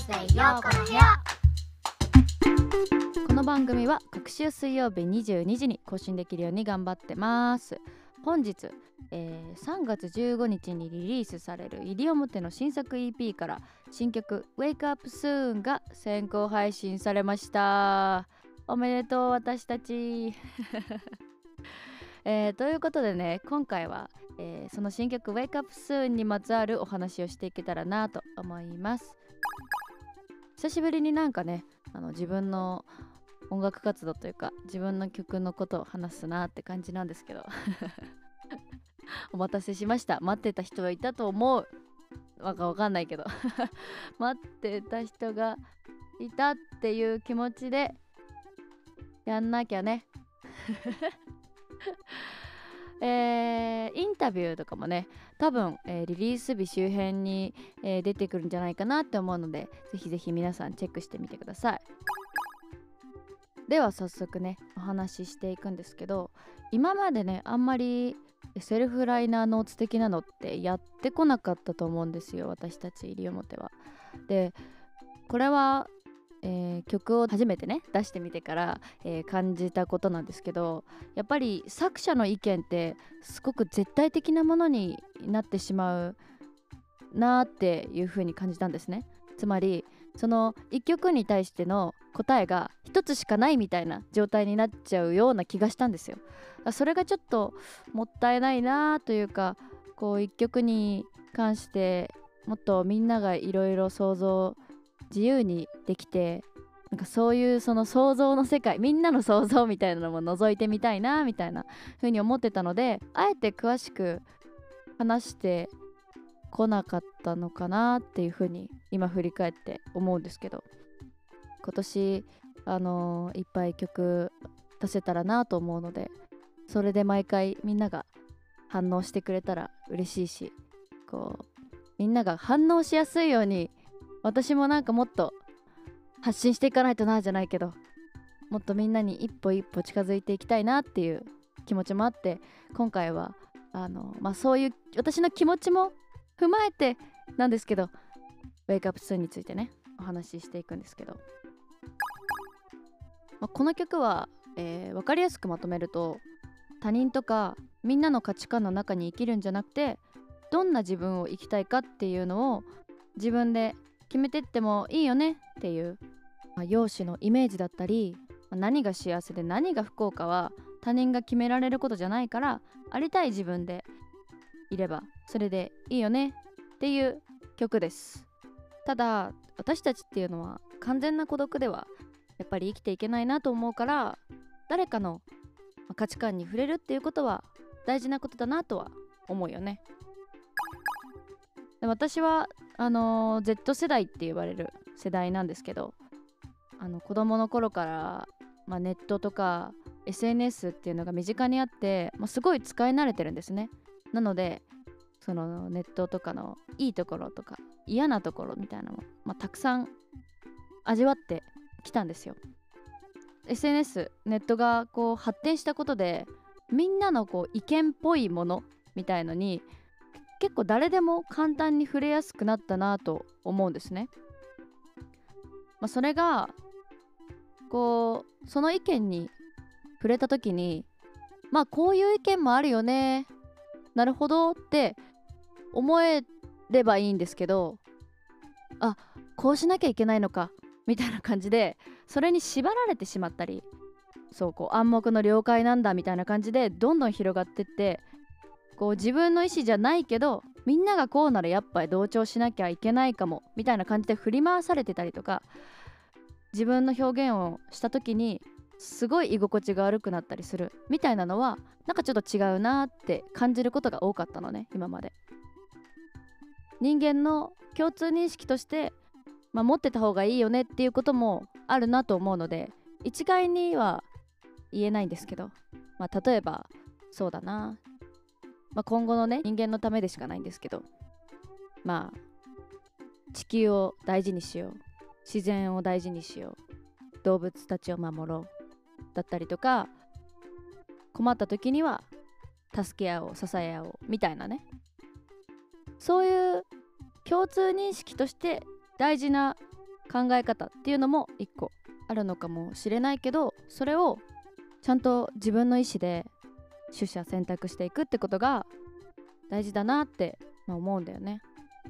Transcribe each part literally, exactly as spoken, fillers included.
生陽子の部屋。 この番組は各週水曜日にじゅうにじに更新できるように頑張ってます。本日、えー、さんがつじゅうごにちにリリースされる西表の新作 イーピー から新曲 Wake Up Soon が先行配信されました。おめでとう私たち、えー、ということでね、今回は、えー、その新曲 Wake Up Soon にまつわるお話をしていけたらなと思います。久しぶりになんかね、あの自分の音楽活動というか自分の曲のことを話すなって感じなんですけどお待たせしました。待ってた人はいたと思う。わかわかんないけど待ってた人がいたっていう気持ちでやんなきゃねえー、インタビューとかもね多分、えー、リリース日周辺に、えー、出てくるんじゃないかなって思うので、ぜひぜひ皆さんチェックしてみてください。では早速ねお話ししていくんですけど、今までねあんまりセルフライナーノーツ的なのってやってこなかったと思うんですよ、私たち西表は。でこれは、えー、曲を初めてね出してみてから、えー、感じたことなんですけど、やっぱり作者の意見ってすごく絶対的なものになってしまうなーっていう風に感じたんですね。つまりその一曲に対しての答えが一つしかないみたいな状態になっちゃうような気がしたんですよ。それがちょっともったいないなというか、こう一曲に関してもっとみんながいろいろ想像自由にできて、なんかそういうその想像の世界、みんなの想像みたいなのも覗いてみたいなみたいな風に思ってたので、あえて詳しく話してこなかったのかなっていう風に今振り返って思うんですけど、今年あのー、いっぱい曲出せたらなと思うので、それで毎回みんなが反応してくれたら嬉しいし、こうみんなが反応しやすいように私もなんかもっと発信していかないとなじゃないけど、もっとみんなに一歩一歩近づいていきたいなっていう気持ちもあって、今回はあのまあそういう私の気持ちも踏まえてなんですけど Wake Up Soon についてねお話ししていくんですけど、まあ、この曲は、えー、分かりやすくまとめると、他人とかみんなの価値観の中に生きるんじゃなくて、どんな自分を生きたいかっていうのを自分で決めてってもいいよねっていう、まあ、容姿のイメージだったり、まあ、何が幸せで何が不幸かは他人が決められることじゃないから、ありたい自分でいればそれでいいよねっていう曲です。ただ私たちっていうのは完全な孤独ではやっぱり生きていけないなと思うから、誰かの価値観に触れるっていうことは大事なことだなとは思うよね。で私はあのー、Z 世代って言われる世代なんですけど、あの子供の頃から、まあ、ネットとか エスエヌエス っていうのが身近にあって、まあ、すごい使い慣れてるんですね。なのでそのネットとかのいいところとか嫌なところみたいなのも、まあ、たくさん味わってきたんですよ。 エスエヌエス ネットがこう発展したことで、みんなのこう意見っぽいものみたいのに結構誰でも簡単に触れやすくなったなと思うんですね。まあ、それがこうその意見に触れた時に、まあこういう意見もあるよね、なるほどって思えればいいんですけど、あ、こうしなきゃいけないのかみたいな感じでそれに縛られてしまったり、そうこう暗黙の了解なんだみたいな感じでどんどん広がってって、こう自分の意思じゃないけどみんながこうならやっぱり同調しなきゃいけないかもみたいな感じで振り回されてたりとか、自分の表現をした時にすごい居心地が悪くなったりするみたいなのはなんかちょっと違うなって感じることが多かったのね、今まで。人間の共通認識として、まあ、持ってた方がいいよねっていうこともあるなと思うので、一概には言えないんですけど、まあ、例えばそうだな、まあ、今後のね人間のためでしかないんですけど、まあ地球を大事にしよう、自然を大事にしよう、動物たちを守ろうだったりとか、困った時には助け合おう支え合おうみたいなね、そういう共通認識として大事な考え方っていうのも一個あるのかもしれないけど、それをちゃんと自分の意思で取捨選択していくってことが大事だなって、まあ、思うんだよね。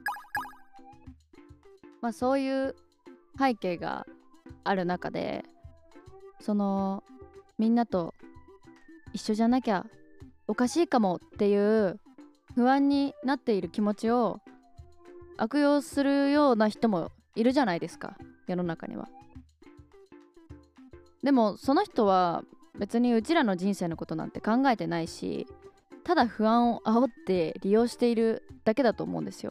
まあそういう背景がある中で、そのみんなと一緒じゃなきゃおかしいかもっていう不安になっている気持ちを悪用するような人もいるじゃないですか、世の中には。でもその人は別にうちらの人生のことなんて考えてないし、ただ不安を煽って利用しているだけだと思うんですよ。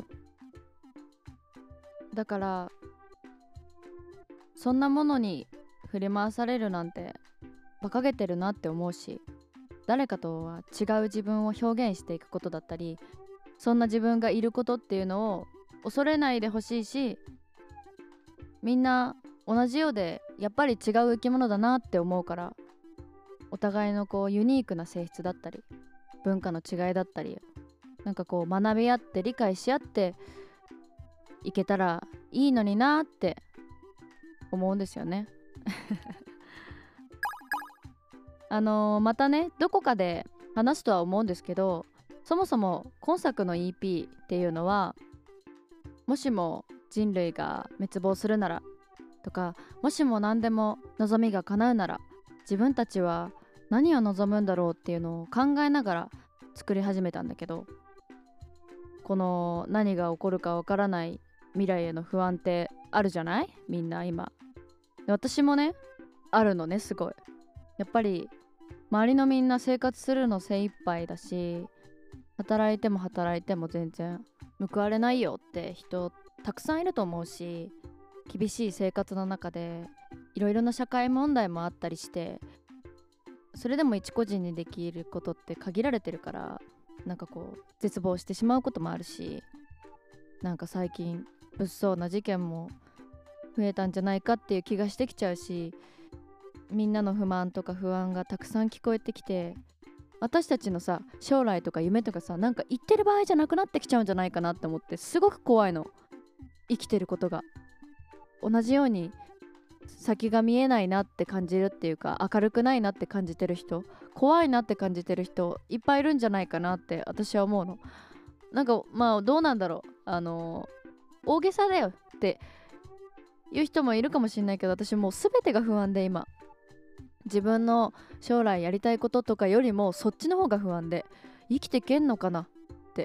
だからそんなものに振り回されるなんて馬鹿げてるなって思うし、誰かとは違う自分を表現していくことだったり、そんな自分がいることっていうのを恐れないでほしいし、みんな同じようでやっぱり違う生き物だなって思うから、お互いのこうユニークな性質だったり文化の違いだったり、なんかこう学び合って理解し合っていけたらいいのになって思うんですよねあのー、またねどこかで話すとは思うんですけど、そもそも今作の イーピー っていうのは、もしも人類が滅亡するならとか、もしも何でも望みが叶うなら自分たちは何を望むんだろうっていうのを考えながら作り始めたんだけど、この何が起こるかわからない未来への不安ってあるじゃない、みんな今。私もねあるのね、すごい。やっぱり周りのみんな生活するの精一杯だし、働いても働いても全然報われないよって人たくさんいると思うし、厳しい生活の中でいろいろな社会問題もあったりして、それでも一個人にできることって限られてるから、なんかこう絶望してしまうこともあるし、なんか最近物騒な事件も増えたんじゃないかっていう気がしてきちゃうし、みんなの不満とか不安がたくさん聞こえてきて、私たちのさ将来とか夢とかさ、なんか言ってる場合じゃなくなってきちゃうんじゃないかなって思って、すごく怖いの、生きてることが。同じように先が見えないなって感じるっていうか、明るくないなって感じてる人、怖いなって感じてる人いっぱいいるんじゃないかなって私は思うの。なんかまあどうなんだろう、あのー、大げさだよっていう人もいるかもしれないけど、私もう全てが不安で、今自分の将来やりたいこととかよりもそっちの方が不安で、生きてけんのかなって、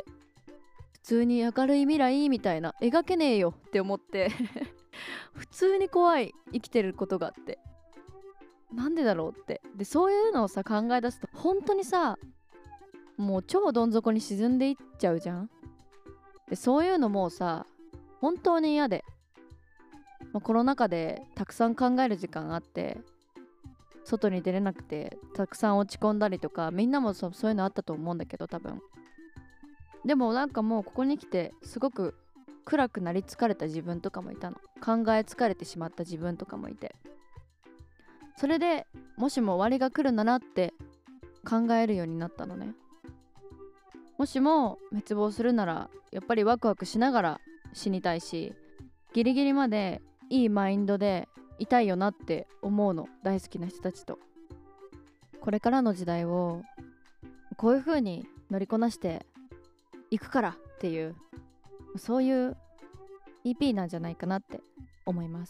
普通に明るい未来みたいな描けねえよって思って普通に怖い、生きてることがあって、なんでだろうって。でそういうのをさ考え出すと本当にさ、もう超どん底に沈んでいっちゃうじゃん。でそういうのもさ本当に嫌で、まあ、コロナ禍でたくさん考える時間があって、外に出れなくてたくさん落ち込んだりとか、みんなも そ, そういうのあったと思うんだけど多分。でもなんかもうここに来てすごく暗くなり疲れた自分とかもいたの。考え疲れてしまった自分とかもいて、それでもしも終わりが来るならって考えるようになったのね。もしも滅亡するならやっぱりワクワクしながら死にたいし、ギリギリまでいいマインドでいたいよなって思うの、大好きな人たちと。これからの時代をこういう風に乗りこなしていくからっていう、そういう イーピー なんじゃないかなって思います。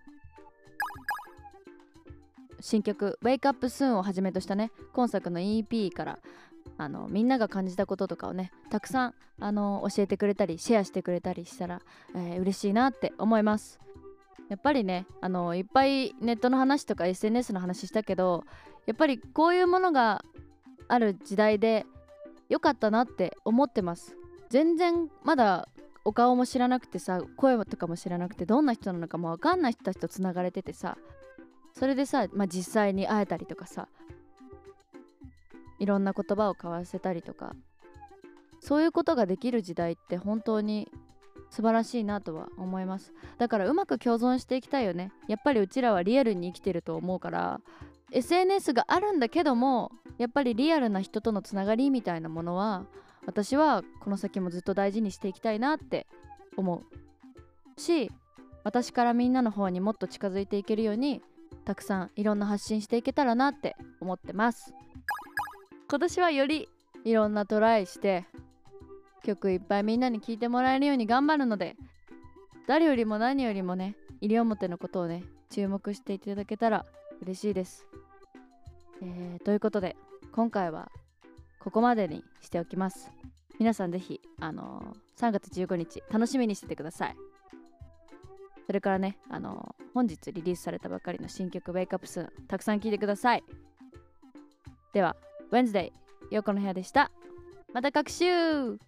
新曲 Wake Up Soon をはじめとしたね今作の イーピー から、あのみんなが感じたこととかをねたくさんあの教えてくれたりシェアしてくれたりしたら、えー、嬉しいなって思います。やっぱりねあのいっぱいネットの話とか エスエヌエス の話したけど、やっぱりこういうものがある時代で良かったなって思ってます。全然まだお顔も知らなくてさ、声とかも知らなくて、どんな人なのかも分かんない人たちとつながれててさ、それでさ、まあ、実際に会えたりとかさ、いろんな言葉を交わせたりとか、そういうことができる時代って本当に素晴らしいなとは思います。だからうまく共存していきたいよね。やっぱりうちらはリアルに生きてると思うから、 エスエヌエス があるんだけども、やっぱりリアルな人とのつながりみたいなものは私はこの先もずっと大事にしていきたいなって思うし、 私からみんなの方にもっと近づいていけるようにたくさんいろんな発信していけたらなって思ってます。今年はよりいろんなトライして曲いっぱいみんなに聴いてもらえるように頑張るので、誰よりも何よりもね西表のことをね注目していただけたら嬉しいです。えー、ということで今回はここまでにしておきます。皆さんぜひ、あのー、さんがつじゅうごにち楽しみにしててください。それからね、あのー、本日リリースされたばかりの新曲 Wake Up Soon たくさん聴いてください。では Wednesday ようこの部屋でした。また各週